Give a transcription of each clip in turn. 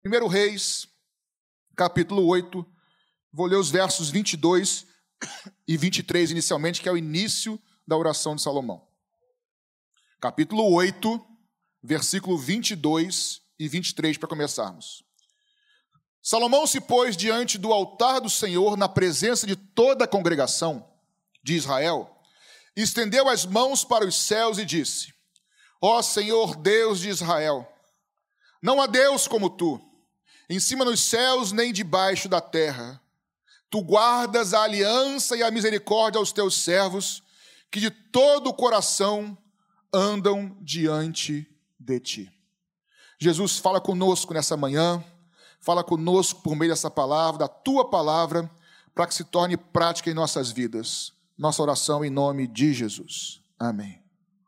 1 Reis, capítulo 8, vou ler os versos 22 e 23 inicialmente, que é o início da oração de Salomão. Capítulo 8, versículo 22 e 23, para começarmos. Salomão se pôs diante do altar do Senhor, na presença de toda a congregação de Israel, estendeu as mãos para os céus e disse: Ó Senhor Deus de Israel, não há Deus como tu, em cima nos céus nem debaixo da terra. Tu guardas a aliança e a misericórdia aos teus servos, que de todo o coração andam diante de ti. Jesus, fala conosco nessa manhã, fala conosco por meio dessa palavra, da tua palavra, para que se torne prática em nossas vidas. Nossa oração em nome de Jesus. Amém.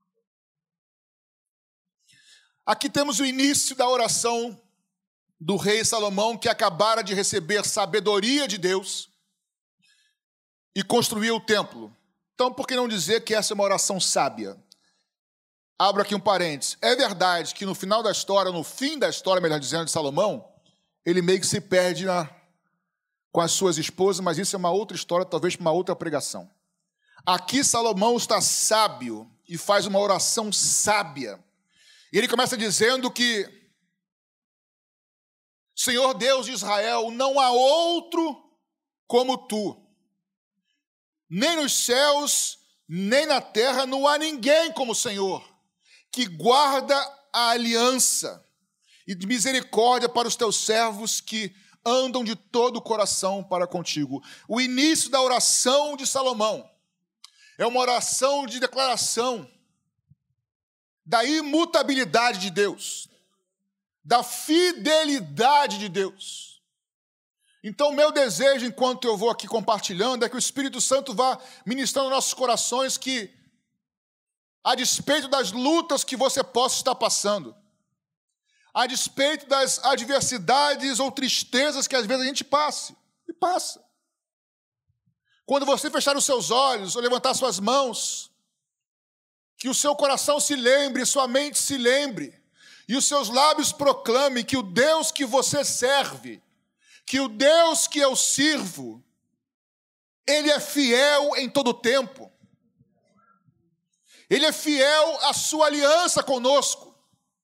Aqui temos o início da oração do rei Salomão, que acabara de receber sabedoria de Deus e construiu o templo. Então, por que não dizer que essa é uma oração sábia? Abro aqui um parênteses. É verdade que no final da história, no fim da história, melhor dizendo, de Salomão, ele meio que se perde com as suas esposas, mas isso é uma outra história, talvez para uma outra pregação. Aqui Salomão está sábio e faz uma oração sábia. E ele começa dizendo que, Senhor Deus de Israel, não há outro como tu. Nem nos céus, nem na terra, não há ninguém como o Senhor, que guarda a aliança e de misericórdia para os teus servos que andam de todo o coração para contigo. O início da oração de Salomão é uma oração de declaração da imutabilidade de Deus, da fidelidade de Deus. Então, meu desejo, enquanto eu vou aqui compartilhando, é que o Espírito Santo vá ministrando nos nossos corações que, a despeito das lutas que você possa estar passando, a despeito das adversidades ou tristezas que às vezes a gente passa, quando você fechar os seus olhos ou levantar suas mãos, que o seu coração se lembre, sua mente se lembre, e os seus lábios proclamem que o Deus que você serve, que o Deus que eu sirvo, Ele é fiel em todo o tempo. Ele é fiel à sua aliança conosco.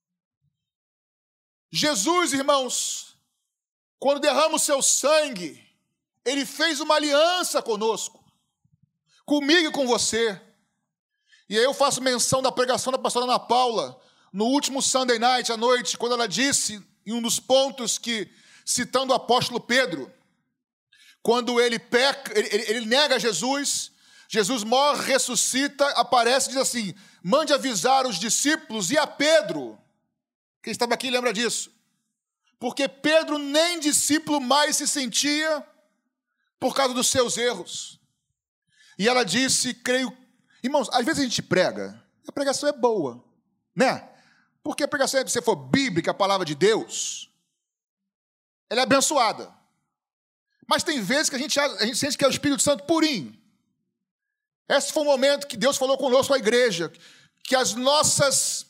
Jesus, irmãos, quando derrama o seu sangue, Ele fez uma aliança conosco, comigo e com você. E aí eu faço menção da pregação da pastora Ana Paula, no último Sunday night, à noite, quando ela disse, em um dos pontos que, citando o apóstolo Pedro, quando ele peca, ele nega Jesus, Jesus morre, ressuscita, aparece e diz assim: mande avisar os discípulos e a Pedro. Quem estava aqui lembra disso? Porque Pedro nem discípulo mais se sentia por causa dos seus erros. E ela disse, creio... Irmãos, às vezes a gente prega, a pregação é boa, né? Porque a pregação, se for bíblica, a palavra de Deus, ela é abençoada. Mas tem vezes que a gente sente que é o Espírito Santo purinho. Esse foi o momento que Deus falou conosco, a igreja, que as nossas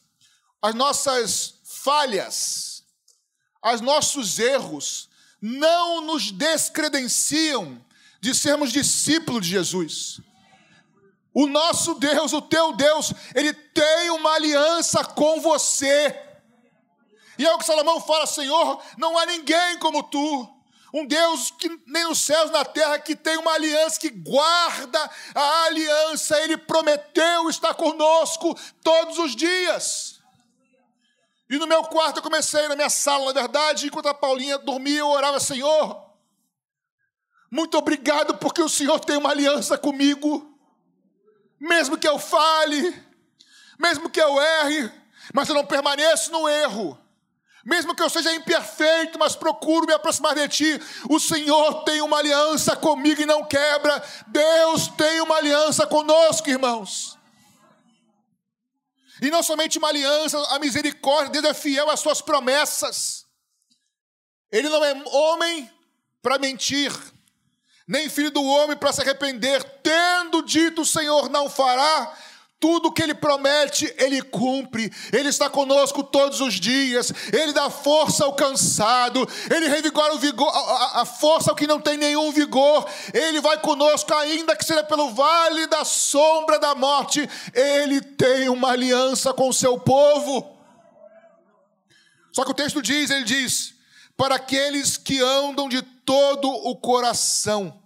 falhas, os nossos erros, não nos descredenciam de sermos discípulos de Jesus. O nosso Deus, o teu Deus, Ele tem uma aliança com você. E é o que Salomão fala: Senhor, não há ninguém como tu. Um Deus que nem nos céus, na terra, que tem uma aliança, que guarda a aliança. Ele prometeu estar conosco todos os dias. E no meu quarto eu comecei, na minha sala, na verdade, enquanto a Paulinha dormia, eu orava: Senhor, muito obrigado porque o Senhor tem uma aliança comigo. Mesmo que eu fale, mesmo que eu erre, mas eu não permaneço no erro. Mesmo que eu seja imperfeito, mas procuro me aproximar de ti, o Senhor tem uma aliança comigo e não quebra. Deus tem uma aliança conosco, irmãos. E não somente uma aliança, a misericórdia, Deus é fiel às suas promessas. Ele não é homem para mentir, nem filho do homem para se arrepender. Tendo dito o Senhor não fará, Tudo que Ele promete, Ele cumpre. Ele está conosco todos os dias. Ele dá força ao cansado. Ele revigora o vigor, a força ao que não tem nenhum vigor. Ele vai conosco, ainda que seja pelo vale da sombra da morte. Ele tem uma aliança com o seu povo. Só que o texto diz, ele diz, para aqueles que andam de todo o coração.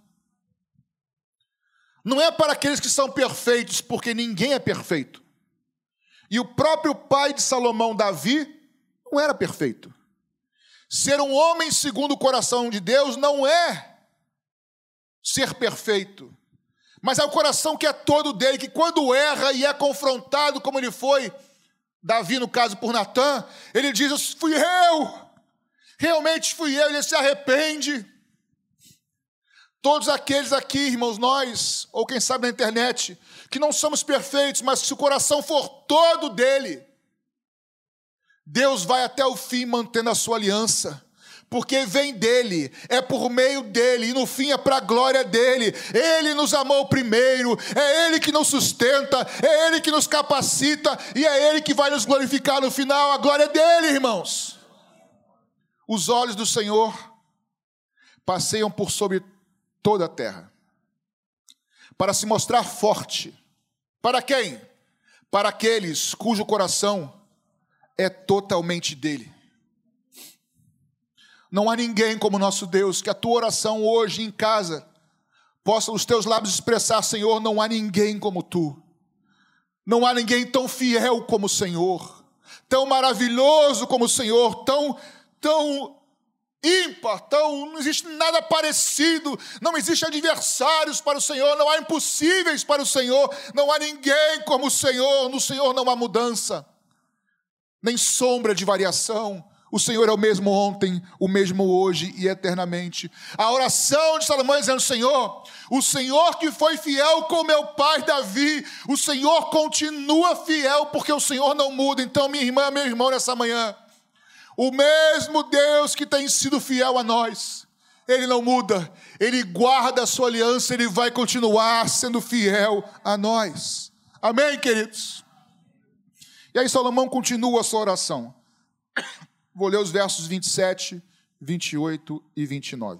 Não é para aqueles que são perfeitos, porque ninguém é perfeito. E o próprio pai de Salomão, Davi, não era perfeito. Ser um homem segundo o coração de Deus não é ser perfeito. Mas é o coração que é todo dele, que quando erra e é confrontado, como ele foi, Davi, no caso, por Natã, ele diz, fui eu, realmente fui eu, ele se arrepende. Todos aqueles aqui, irmãos, nós, ou quem sabe na internet, que não somos perfeitos, mas se o coração for todo dele, Deus vai até o fim mantendo a sua aliança, porque vem dele, é por meio dele, e no fim é para a glória dele. Ele nos amou primeiro, é ele que nos sustenta, é ele que nos capacita, e é ele que vai nos glorificar no final. A glória é dele, irmãos. Os olhos do Senhor passeiam por sobre toda a terra, para se mostrar forte. Para quem? Para aqueles cujo coração é totalmente dele. Não há ninguém como nosso Deus. Que a tua oração hoje em casa possa os teus lábios expressar, Senhor, não há ninguém como tu. Não há ninguém tão fiel como o Senhor, tão maravilhoso como o Senhor, tão ímpar, não existe nada parecido, não existe adversários para o Senhor, não há impossíveis para o Senhor, não há ninguém como o Senhor. No Senhor não há mudança, nem sombra de variação. O Senhor é o mesmo ontem, o mesmo hoje e eternamente. A oração de Salomão dizendo, Senhor, o Senhor que foi fiel com meu pai Davi, o Senhor continua fiel, porque o Senhor não muda. Então, minha irmã, meu irmão, nessa manhã, o mesmo Deus que tem sido fiel a nós, Ele não muda, Ele guarda a sua aliança, Ele vai continuar sendo fiel a nós. Amém, queridos? E aí Salomão continua a sua oração. Vou ler os versos 27, 28 e 29.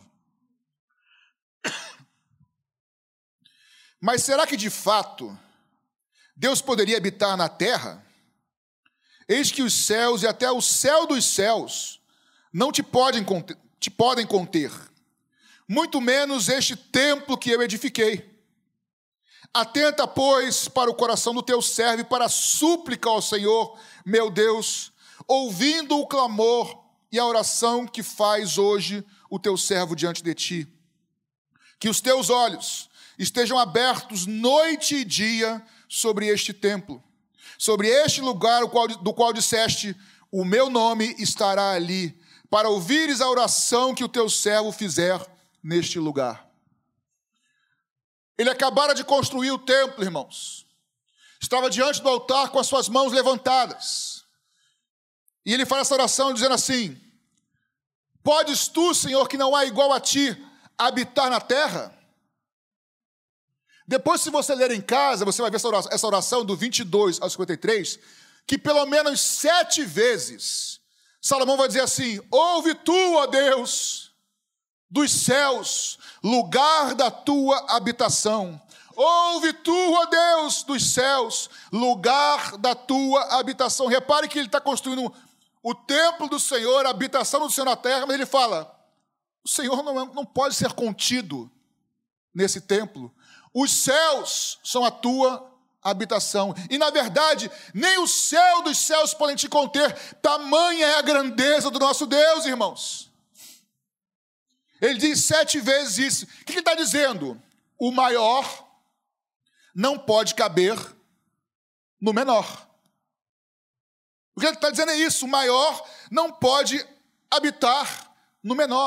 Mas será que de fato Deus poderia habitar na terra? Eis que os céus e até o céu dos céus não te podem conter, muito menos este templo que eu edifiquei. Atenta, pois, para o coração do teu servo e para a súplica ao Senhor, meu Deus, ouvindo o clamor e a oração que faz hoje o teu servo diante de ti. Que os teus olhos estejam abertos noite e dia sobre este templo, sobre este lugar do qual disseste, o meu nome estará ali, para ouvires a oração que o teu servo fizer neste lugar. Ele acabara de construir o templo, irmãos. Estava diante do altar com as suas mãos levantadas. E ele faz essa oração dizendo assim, podes tu, Senhor, que não há igual a ti, habitar na terra? Depois, se você ler em casa, você vai ver essa oração do 22 ao 53, que pelo menos 7 vezes, Salomão vai dizer assim, ouve tu, ó Deus, dos céus, lugar da tua habitação. Ouve tu, ó Deus, dos céus, lugar da tua habitação. Repare que ele está construindo o templo do Senhor, a habitação do Senhor na terra, mas ele fala, o Senhor não pode ser contido nesse templo. Os céus são a tua habitação. E, na verdade, nem o céu dos céus podem te conter. Tamanha é a grandeza do nosso Deus, irmãos. Ele diz 7 vezes isso. O que ele está dizendo? O maior não pode caber no menor. O que ele está dizendo é isso. O maior não pode habitar no menor.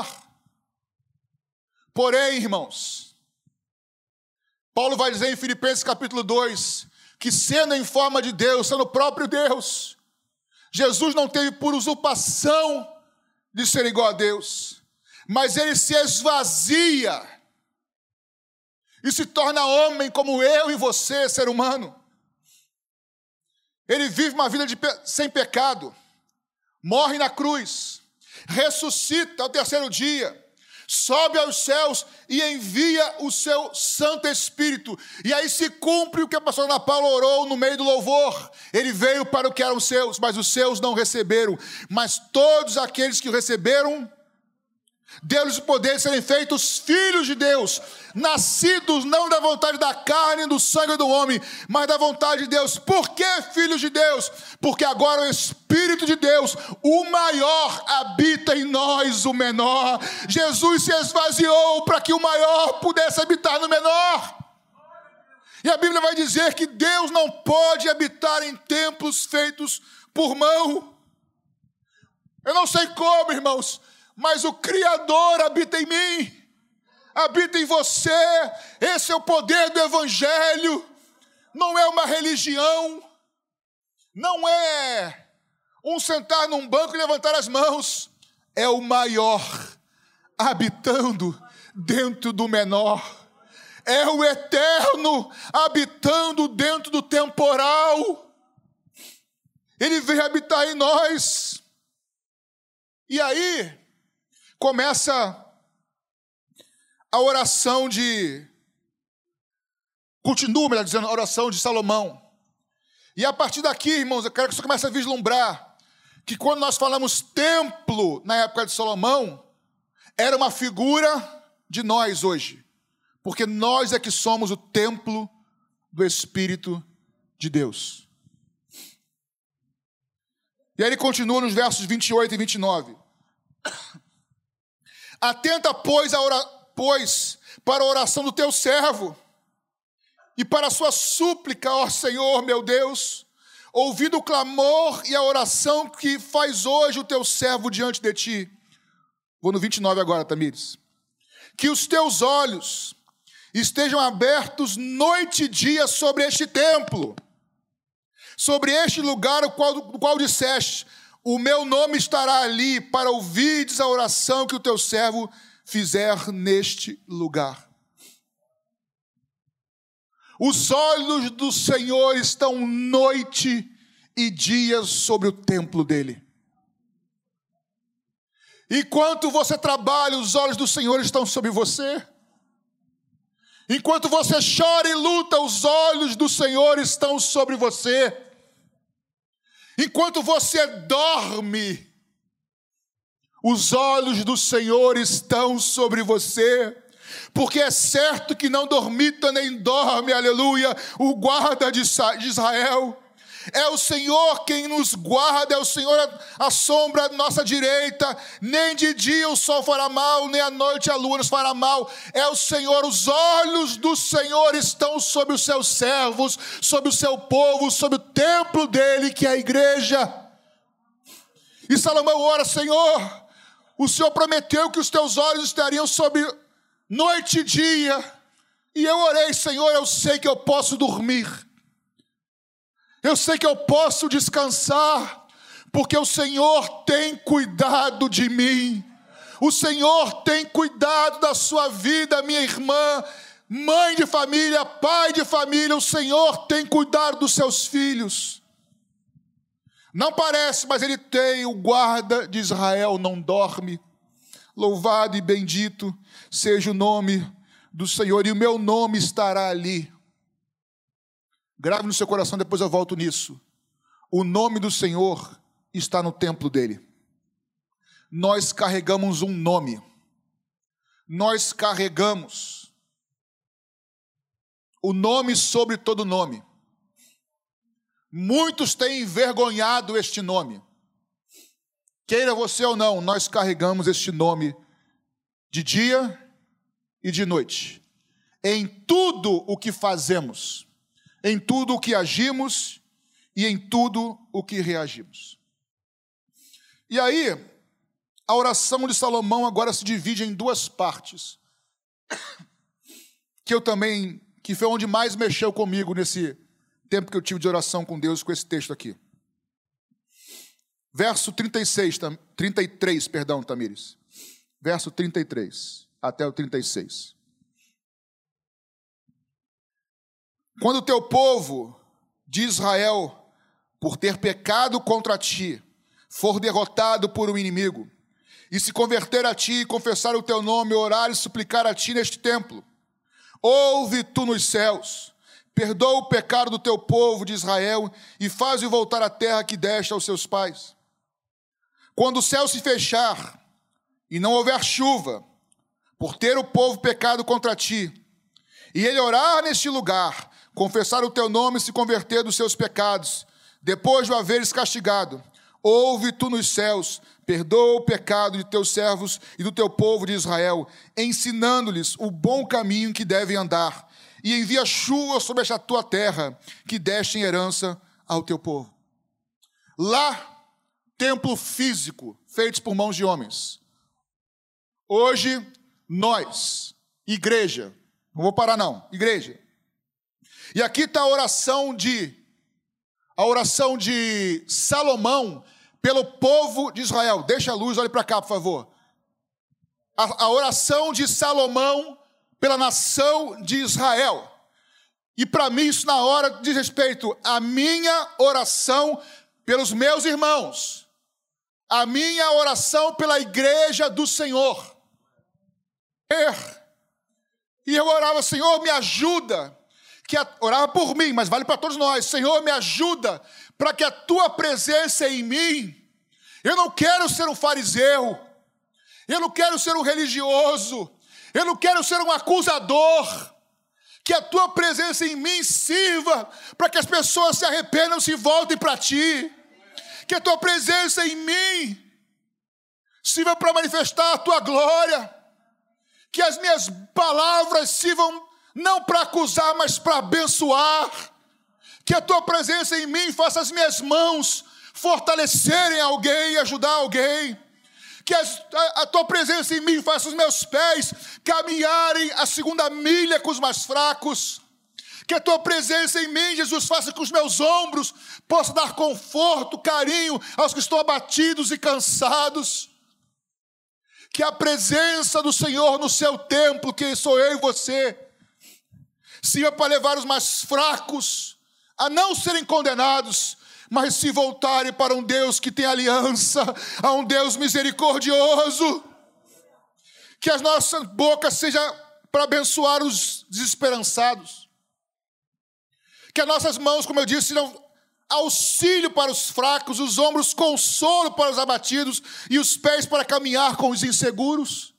Porém, irmãos, Paulo vai dizer em Filipenses capítulo 2, que sendo em forma de Deus, sendo o próprio Deus, Jesus não teve por usurpação de ser igual a Deus, mas ele se esvazia e se torna homem como eu e você, ser humano. Ele vive uma vida sem pecado, morre na cruz, ressuscita ao terceiro dia, sobe aos céus e envia o seu Santo Espírito. E aí se cumpre o que a pastora Ana Paula orou no meio do louvor. Ele veio para o que eram seus, mas os seus não receberam. Mas todos aqueles que o receberam, deu-lhes o poder de serem feitos filhos de Deus, nascidos não da vontade da carne e do sangue do homem, mas da vontade de Deus. Por que filhos de Deus? Porque agora o Espírito de Deus, o maior, habita em nós, o menor. Jesus se esvaziou para que o maior pudesse habitar no menor. E a Bíblia vai dizer que Deus não pode habitar em templos feitos por mão. Eu não sei como, irmãos, mas o Criador habita em mim, habita em você. Esse é o poder do Evangelho. Não é uma religião, não é um sentar num banco e levantar as mãos. É o maior habitando dentro do menor. É o eterno habitando dentro do temporal. Ele veio habitar em nós. E aí começa a oração continua, melhor dizendo, a oração de Salomão. E a partir daqui, irmãos, eu quero que você comece a vislumbrar que quando nós falamos templo na época de Salomão, era uma figura de nós hoje. Porque nós é que somos o templo do Espírito de Deus. E aí ele continua nos versos 28 e 29. Atenta, pois, para a oração do teu servo e para a sua súplica, ó Senhor, meu Deus, ouvindo o clamor e a oração que faz hoje o teu servo diante de ti. Vou no 29 agora, Tamires. Que os teus olhos estejam abertos noite e dia sobre este templo, sobre este lugar o qual disseste, o meu nome estará ali para ouvirdes a oração que o teu servo fizer neste lugar. Os olhos do Senhor estão noite e dia sobre o templo dele. Enquanto você trabalha, os olhos do Senhor estão sobre você. Enquanto você chora e luta, os olhos do Senhor estão sobre você. Enquanto você dorme, os olhos do Senhor estão sobre você, porque é certo que não dormita nem dorme, aleluia, o guarda de Israel. É o Senhor quem nos guarda, é o Senhor a sombra à nossa direita. Nem de dia o sol fará mal, nem à noite a lua nos fará mal. É o Senhor, os olhos do Senhor estão sobre os seus servos, sobre o seu povo, sobre o templo dele, que é a igreja. E Salomão ora: Senhor, o Senhor prometeu que os teus olhos estariam sobre noite e dia. E eu orei: Senhor, eu sei que eu posso dormir. Eu sei que eu posso descansar, porque o Senhor tem cuidado de mim. O Senhor tem cuidado da sua vida, minha irmã, mãe de família, pai de família. O Senhor tem cuidado dos seus filhos. Não parece, mas Ele tem. O guarda de Israel não dorme. Louvado e bendito seja o nome do Senhor, e o meu nome estará ali. Grave no seu coração, depois eu volto nisso. O nome do Senhor está no templo dele. Nós carregamos um nome. Nós carregamos o nome sobre todo nome. Muitos têm envergonhado este nome. Queira você ou não, nós carregamos este nome de dia e de noite. Em tudo o que fazemos, em tudo o que agimos e em tudo o que reagimos. E aí, a oração de Salomão agora se divide em duas partes, que foi onde mais mexeu comigo nesse tempo que eu tive de oração com Deus, com esse texto aqui. Verso 33, Tamires. Verso 33 até o 36. Quando o teu povo de Israel por ter pecado contra ti, for derrotado por um inimigo, e se converter a ti, confessar o teu nome, orar e suplicar a ti neste templo, ouve tu nos céus, perdoa o pecado do teu povo de Israel e faz-o voltar à terra que deste aos seus pais. Quando o céu se fechar e não houver chuva, por ter o povo pecado contra ti, e ele orar neste lugar, confessar o teu nome e se converter dos seus pecados, depois de o haveres castigado, ouve tu nos céus, perdoa o pecado de teus servos e do teu povo de Israel, ensinando-lhes o bom caminho que devem andar, e envia chuva sobre esta tua terra, que deste em herança ao teu povo. Lá, templo físico, feitos por mãos de homens. Hoje, nós, igreja, não vou parar não, igreja. E aqui está a oração de Salomão pelo povo de Israel. Deixa a luz, olhe para cá, por favor. A oração de Salomão pela nação de Israel. E para mim isso na hora diz respeito à minha oração pelos meus irmãos. A minha oração pela igreja do Senhor. E eu orava, Senhor, me ajuda. Orava por mim, mas vale para todos nós. Senhor, me ajuda para que a tua presença em mim. Eu não quero ser um fariseu. Eu não quero ser um religioso. Eu não quero ser um acusador. Que a tua presença em mim sirva para que as pessoas se arrependam e se voltem para ti. Que a tua presença em mim sirva para manifestar a tua glória. Que as minhas palavras sirvam não para acusar, mas para abençoar. Que a tua presença em mim faça as minhas mãos fortalecerem alguém e ajudar alguém. Que a tua presença em mim faça os meus pés caminharem a segunda milha com os mais fracos. Que a tua presença em mim, Jesus, faça que os meus ombros possam dar conforto, carinho aos que estão abatidos e cansados. Que a presença do Senhor no seu templo, que sou eu e você, sirva para levar os mais fracos a não serem condenados, mas se voltarem para um Deus que tem aliança, a um Deus misericordioso. Que as nossas bocas sejam para abençoar os desesperançados. Que as nossas mãos, como eu disse, sejam auxílio para os fracos, os ombros consolo para os abatidos e os pés para caminhar com os inseguros.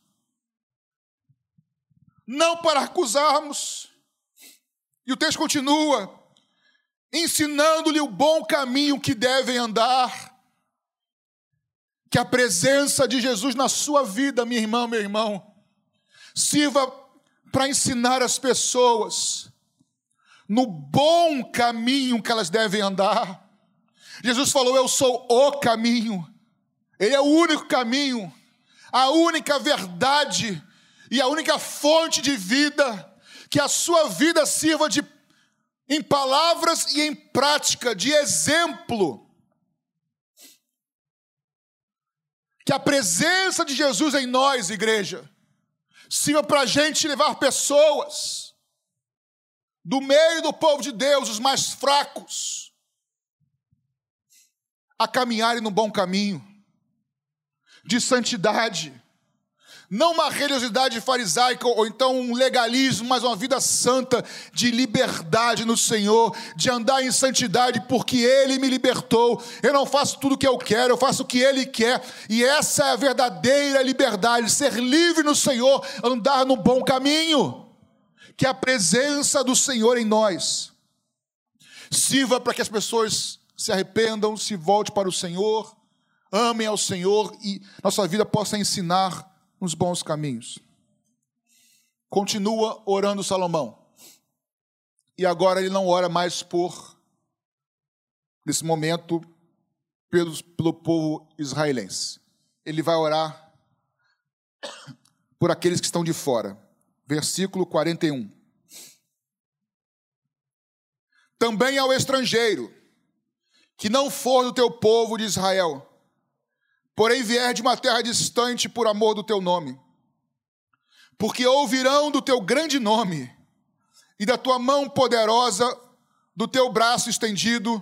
Não para acusarmos. E o texto continua, ensinando-lhe o bom caminho que devem andar. Que a presença de Jesus na sua vida, minha irmã, meu irmão, sirva para ensinar as pessoas no bom caminho que elas devem andar. Jesus falou, eu sou o caminho. Ele é o único caminho, a única verdade e a única fonte de vida. Que a sua vida sirva em palavras e em prática, de exemplo. Que a presença de Jesus em nós, igreja, sirva para a gente levar pessoas do meio do povo de Deus, os mais fracos, a caminharem no bom caminho, de santidade. Não uma religiosidade farisaica ou então um legalismo, mas uma vida santa de liberdade no Senhor, de andar em santidade porque Ele me libertou. Eu não faço tudo o que eu quero, eu faço o que Ele quer. E essa é a verdadeira liberdade, ser livre no Senhor, andar no bom caminho. Que a presença do Senhor em nós sirva para que as pessoas se arrependam, se voltem para o Senhor, amem ao Senhor e nossa vida possa ensinar nos bons caminhos. Continua orando Salomão. E agora ele não ora mais nesse momento, pelo povo israelense. Ele vai orar por aqueles que estão de fora. Versículo 41. Também ao estrangeiro, que não for do teu povo de Israel, porém vier de uma terra distante por amor do teu nome, porque ouvirão do teu grande nome e da tua mão poderosa, do teu braço estendido,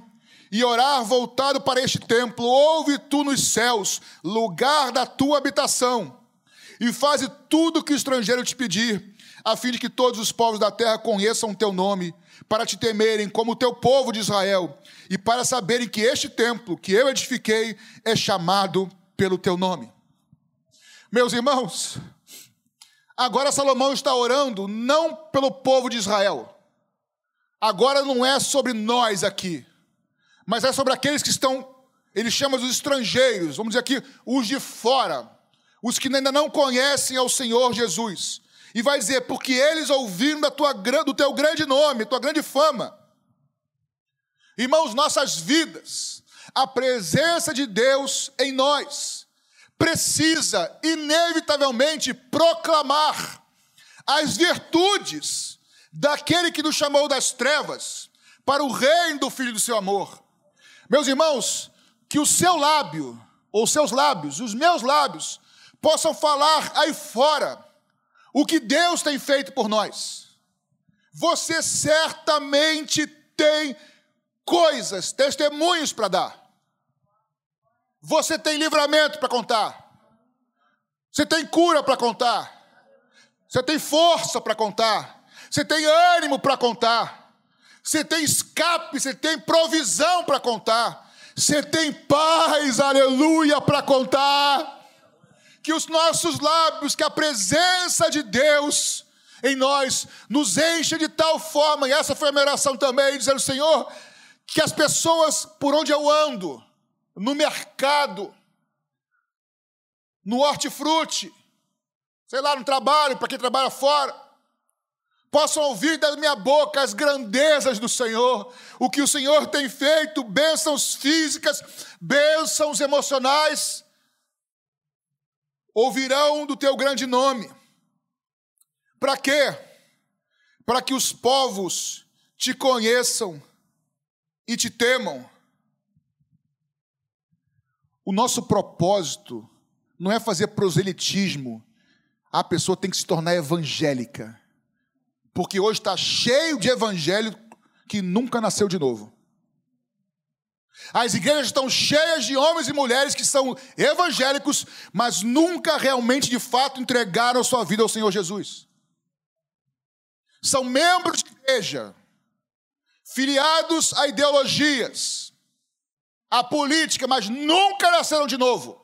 e orar voltado para este templo, ouve tu nos céus, lugar da tua habitação, e faze tudo o que o estrangeiro te pedir, a fim de que todos os povos da terra conheçam o teu nome, para te temerem como o teu povo de Israel, e para saberem que este templo que eu edifiquei é chamado pelo teu nome. Meus irmãos, agora Salomão está orando não pelo povo de Israel. Agora não é sobre nós aqui, mas é sobre aqueles que estão, ele chama os estrangeiros, vamos dizer aqui, os de fora, os que ainda não conhecem ao Senhor Jesus. E vai dizer, porque eles ouviram do teu grande nome, tua grande fama. Irmãos, nossas vidas, a presença de Deus em nós, precisa inevitavelmente proclamar as virtudes daquele que nos chamou das trevas para o reino do Filho do seu amor. Meus irmãos, que o seu lábio, ou seus lábios, os meus lábios, possam falar aí fora o que Deus tem feito por nós. Você certamente tem coisas, testemunhos para dar. Você tem livramento para contar. Você tem cura para contar. Você tem força para contar. Você tem ânimo para contar. Você tem escape, você tem provisão para contar. Você tem paz, aleluia, para contar. Que os nossos lábios, que a presença de Deus em nós nos enche de tal forma, e essa foi a minha oração também, dizendo, Senhor, que as pessoas por onde eu ando, no mercado, no hortifruti, sei lá, no trabalho, para quem trabalha fora, possam ouvir da minha boca as grandezas do Senhor, o que o Senhor tem feito, bênçãos físicas, bênçãos emocionais, ouvirão do teu grande nome. Para quê? Para que os povos te conheçam e te temam. O nosso propósito não é fazer proselitismo. A pessoa tem que se tornar evangélica. Porque hoje está cheio de evangélico que nunca nasceu de novo. As igrejas estão cheias de homens e mulheres que são evangélicos, mas nunca realmente, de fato, entregaram sua vida ao Senhor Jesus. São membros de igreja, filiados a ideologias, a política, mas nunca nasceram de novo.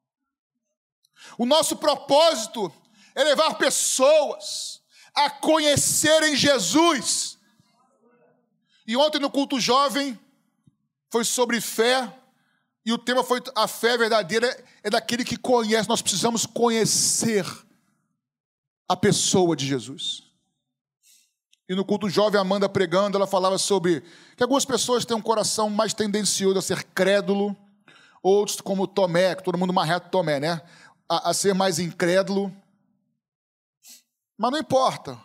O nosso propósito é levar pessoas a conhecerem Jesus. E ontem no culto jovem foi sobre fé, e o tema foi a fé verdadeira é daquele que conhece. Nós precisamos conhecer a pessoa de Jesus. E no culto jovem, a Amanda pregando, ela falava sobre que algumas pessoas têm um coração mais tendencioso a ser crédulo, outros como Tomé, que todo mundo marreta Tomé, né? A ser mais incrédulo. Mas não importa.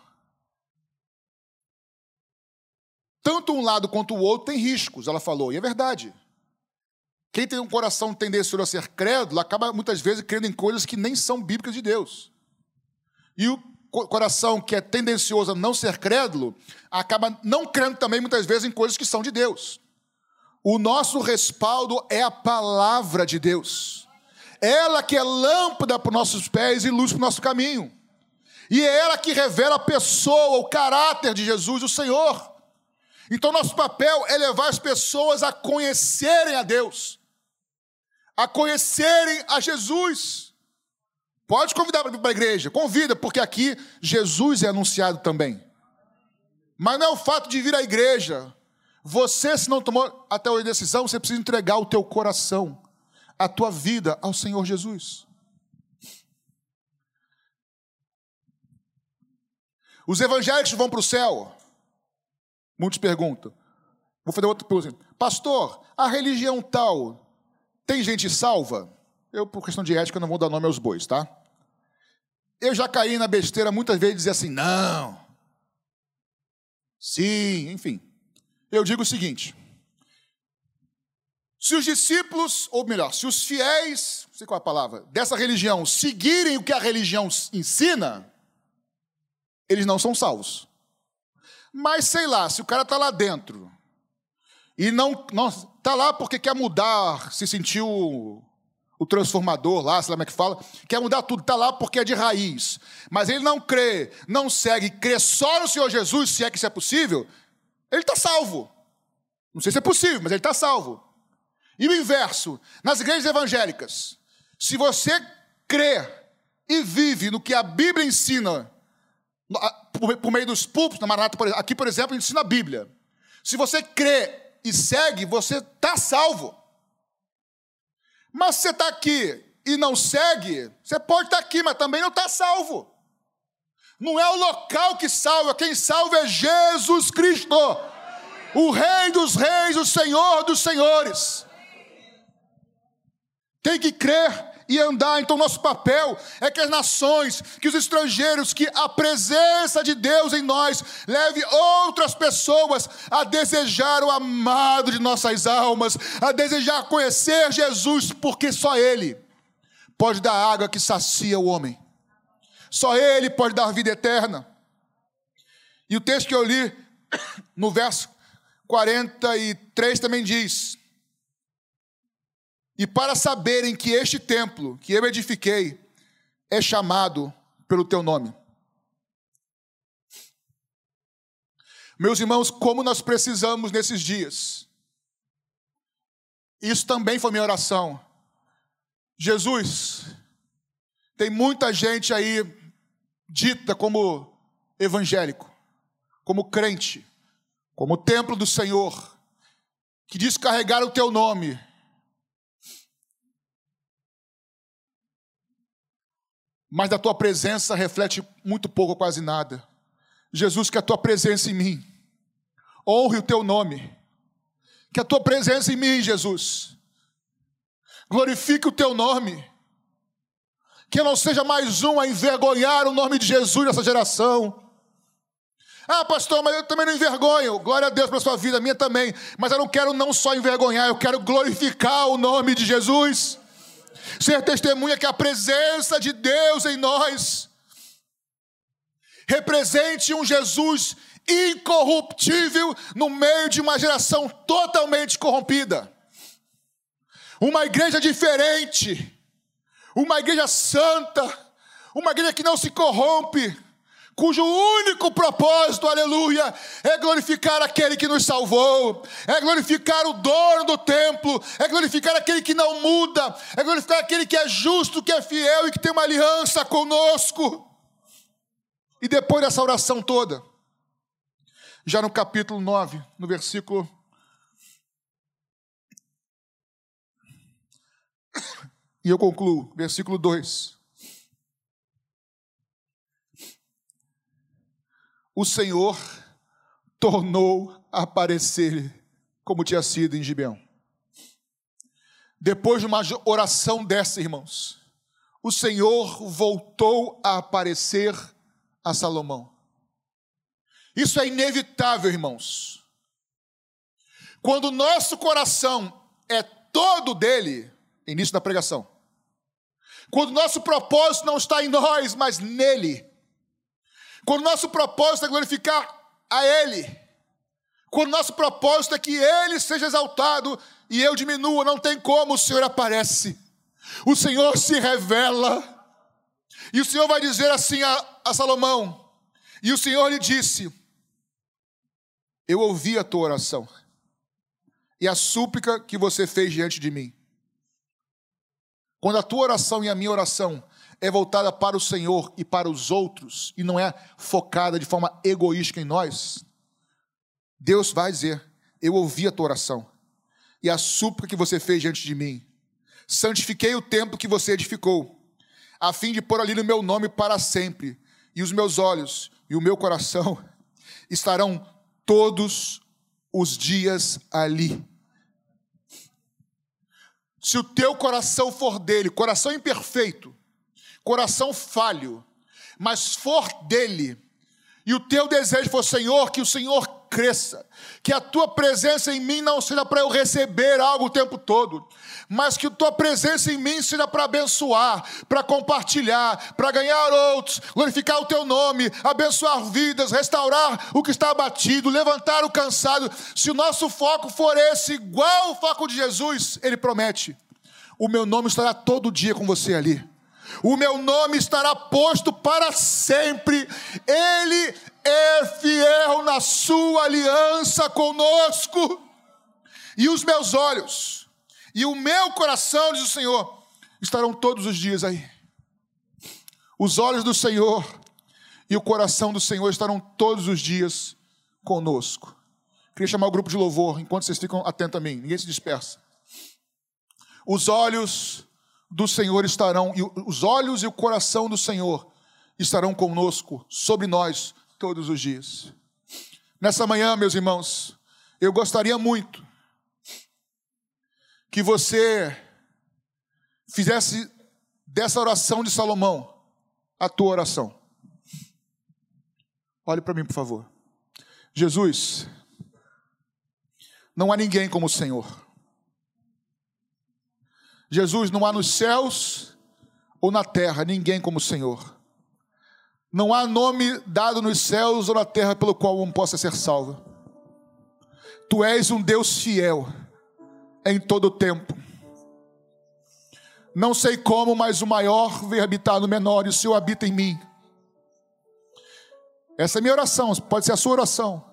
Tanto um lado quanto o outro tem riscos, ela falou, e é verdade. Quem tem um coração tendencioso a ser crédulo, acaba muitas vezes crendo em coisas que nem são bíblicas de Deus. E o coração que é tendencioso a não ser crédulo, acaba não crendo também muitas vezes em coisas que são de Deus. O nosso respaldo é a palavra de Deus. Ela que é lâmpada para os nossos pés e luz para o nosso caminho. E é ela que revela a pessoa, o caráter de Jesus, o Senhor. Então nosso papel é levar as pessoas a conhecerem a Deus, a conhecerem a Jesus. Pode convidar para a igreja, convida, porque aqui Jesus é anunciado também. Mas não é o fato de vir à igreja. Você, se não tomou até hoje decisão, você precisa entregar o teu coração, a tua vida ao Senhor Jesus. Os evangélicos vão para o céu? Muitos perguntam. Vou fazer outra pergunta. Pastor, a religião tal tem gente salva? Eu, por questão de ética, não vou dar nome aos bois, tá? Eu já caí na besteira muitas vezes de dizer assim, não. Sim, enfim. Eu digo o seguinte. Se os discípulos, ou melhor, se os fiéis, não sei qual é a palavra, dessa religião seguirem o que a religião ensina, eles não são salvos. Mas sei lá, se o cara está lá dentro E não está lá porque quer mudar, se sentiu o transformador lá, sei lá como é que fala, quer mudar tudo, está lá porque é de raiz. Mas ele não crê, não segue, crê só no Senhor Jesus, se é que isso é possível, ele está salvo. Não sei se é possível, mas ele está salvo. E o inverso, nas igrejas evangélicas, se você crê e vive no que a Bíblia ensina, por meio dos púlpitos, na Maranata, aqui, por exemplo, ensina a Bíblia. Se você crê e segue, você está salvo. Mas se você está aqui e não segue, você pode estar aqui, mas também não está salvo. Não é o local que salva, quem salva é Jesus Cristo, o Rei dos Reis, o Senhor dos Senhores. Tem que crer e andar. Então nosso papel é que as nações, que os estrangeiros, que a presença de Deus em nós leve outras pessoas a desejar o amado de nossas almas, a desejar conhecer Jesus, porque só Ele pode dar água que sacia o homem, só Ele pode dar vida eterna. E o texto que eu li no verso 43 também diz: e para saberem que este templo que eu edifiquei é chamado pelo teu nome. Meus irmãos, como nós precisamos nesses dias. Isso também foi minha oração. Jesus, tem muita gente aí dita como evangélico, como crente, como templo do Senhor, que diz carregar o teu nome, mas da tua presença reflete muito pouco, quase nada. Jesus, que a tua presença em mim honre o teu nome, que a tua presença em mim, Jesus, glorifique o teu nome, que eu não seja mais um a envergonhar o nome de Jesus nessa geração. Ah, pastor, mas eu também não envergonho. Glória a Deus pela sua vida, a minha também. Mas eu não quero não só envergonhar, eu quero glorificar o nome de Jesus. Ser testemunha que a presença de Deus em nós represente um Jesus incorruptível no meio de uma geração totalmente corrompida. Uma igreja diferente, uma igreja santa, uma igreja que não se corrompe, cujo único propósito, aleluia, é glorificar aquele que nos salvou, é glorificar o dono do templo, é glorificar aquele que não muda, é glorificar aquele que é justo, que é fiel e que tem uma aliança conosco. E depois dessa oração toda, já no capítulo 9, no versículo... E eu concluo, versículo 2. O Senhor tornou a aparecer como tinha sido em Gibeão. Depois de uma oração dessa, irmãos, o Senhor voltou a aparecer a Salomão. Isso é inevitável, irmãos. Quando o nosso coração é todo dele, início da pregação, quando o nosso propósito não está em nós, mas nele, quando o nosso propósito é glorificar a Ele, quando o nosso propósito é que Ele seja exaltado e eu diminua, não tem como, o Senhor aparece, o Senhor se revela, e o Senhor vai dizer assim a Salomão, e o Senhor lhe disse: eu ouvi a tua oração e a súplica que você fez diante de mim. Quando a tua oração e a minha oração é voltada para o Senhor e para os outros, e não é focada de forma egoísta em nós, Deus vai dizer: eu ouvi a tua oração e a súplica que você fez diante de mim. Santifiquei o templo que você edificou, a fim de pôr ali o meu nome para sempre, e os meus olhos e o meu coração estarão todos os dias ali. Se o teu coração for dele, coração imperfeito, coração falho, mas for dele, e o teu desejo for: Senhor, que o Senhor cresça. Que a tua presença em mim não seja para eu receber algo o tempo todo, mas que a tua presença em mim seja para abençoar, para compartilhar, para ganhar outros, glorificar o teu nome, abençoar vidas, restaurar o que está abatido, levantar o cansado. Se o nosso foco for esse, igual o foco de Jesus, ele promete: o meu nome estará todo dia com você ali. O meu nome estará posto para sempre. Ele é fiel na sua aliança conosco. E os meus olhos e o meu coração, diz o Senhor, estarão todos os dias aí. Os olhos do Senhor e o coração do Senhor estarão todos os dias conosco. Queria chamar o grupo de louvor, enquanto vocês ficam atentos a mim. Ninguém se dispersa. Os olhos do Senhor estarão, e os olhos e o coração do Senhor estarão conosco, sobre nós, todos os dias. Nessa manhã, meus irmãos, eu gostaria muito que você fizesse dessa oração de Salomão a tua oração. Olhe para mim, por favor. Jesus, não há ninguém como o Senhor. Jesus, não há nos céus ou na terra ninguém como o Senhor. Não há nome dado nos céus ou na terra pelo qual um possa ser salvo. Tu és um Deus fiel em todo o tempo. Não sei como, mas o maior veio habitar no menor e o Senhor habita em mim. Essa é a minha oração, pode ser a sua oração.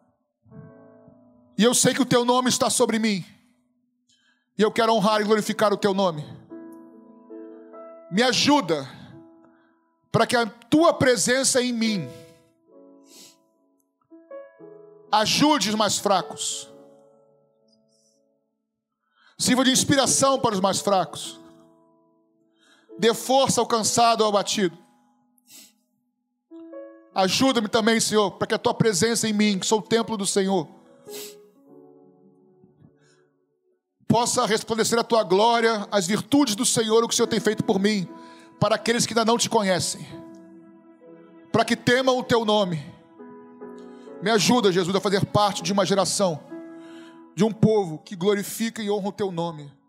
E eu sei que o teu nome está sobre mim. E eu quero honrar e glorificar o teu nome. Me ajuda para que a tua presença em mim ajude os mais fracos. Sirva de inspiração para os mais fracos. Dê força ao cansado e ao abatido. Ajuda-me também, Senhor, para que a tua presença em mim, que sou o templo do Senhor, possa resplandecer a tua glória, as virtudes do Senhor, o que o Senhor tem feito por mim, para aqueles que ainda não te conhecem, para que temam o teu nome. Me ajuda, Jesus, a fazer parte de uma geração, de um povo que glorifica e honra o teu nome.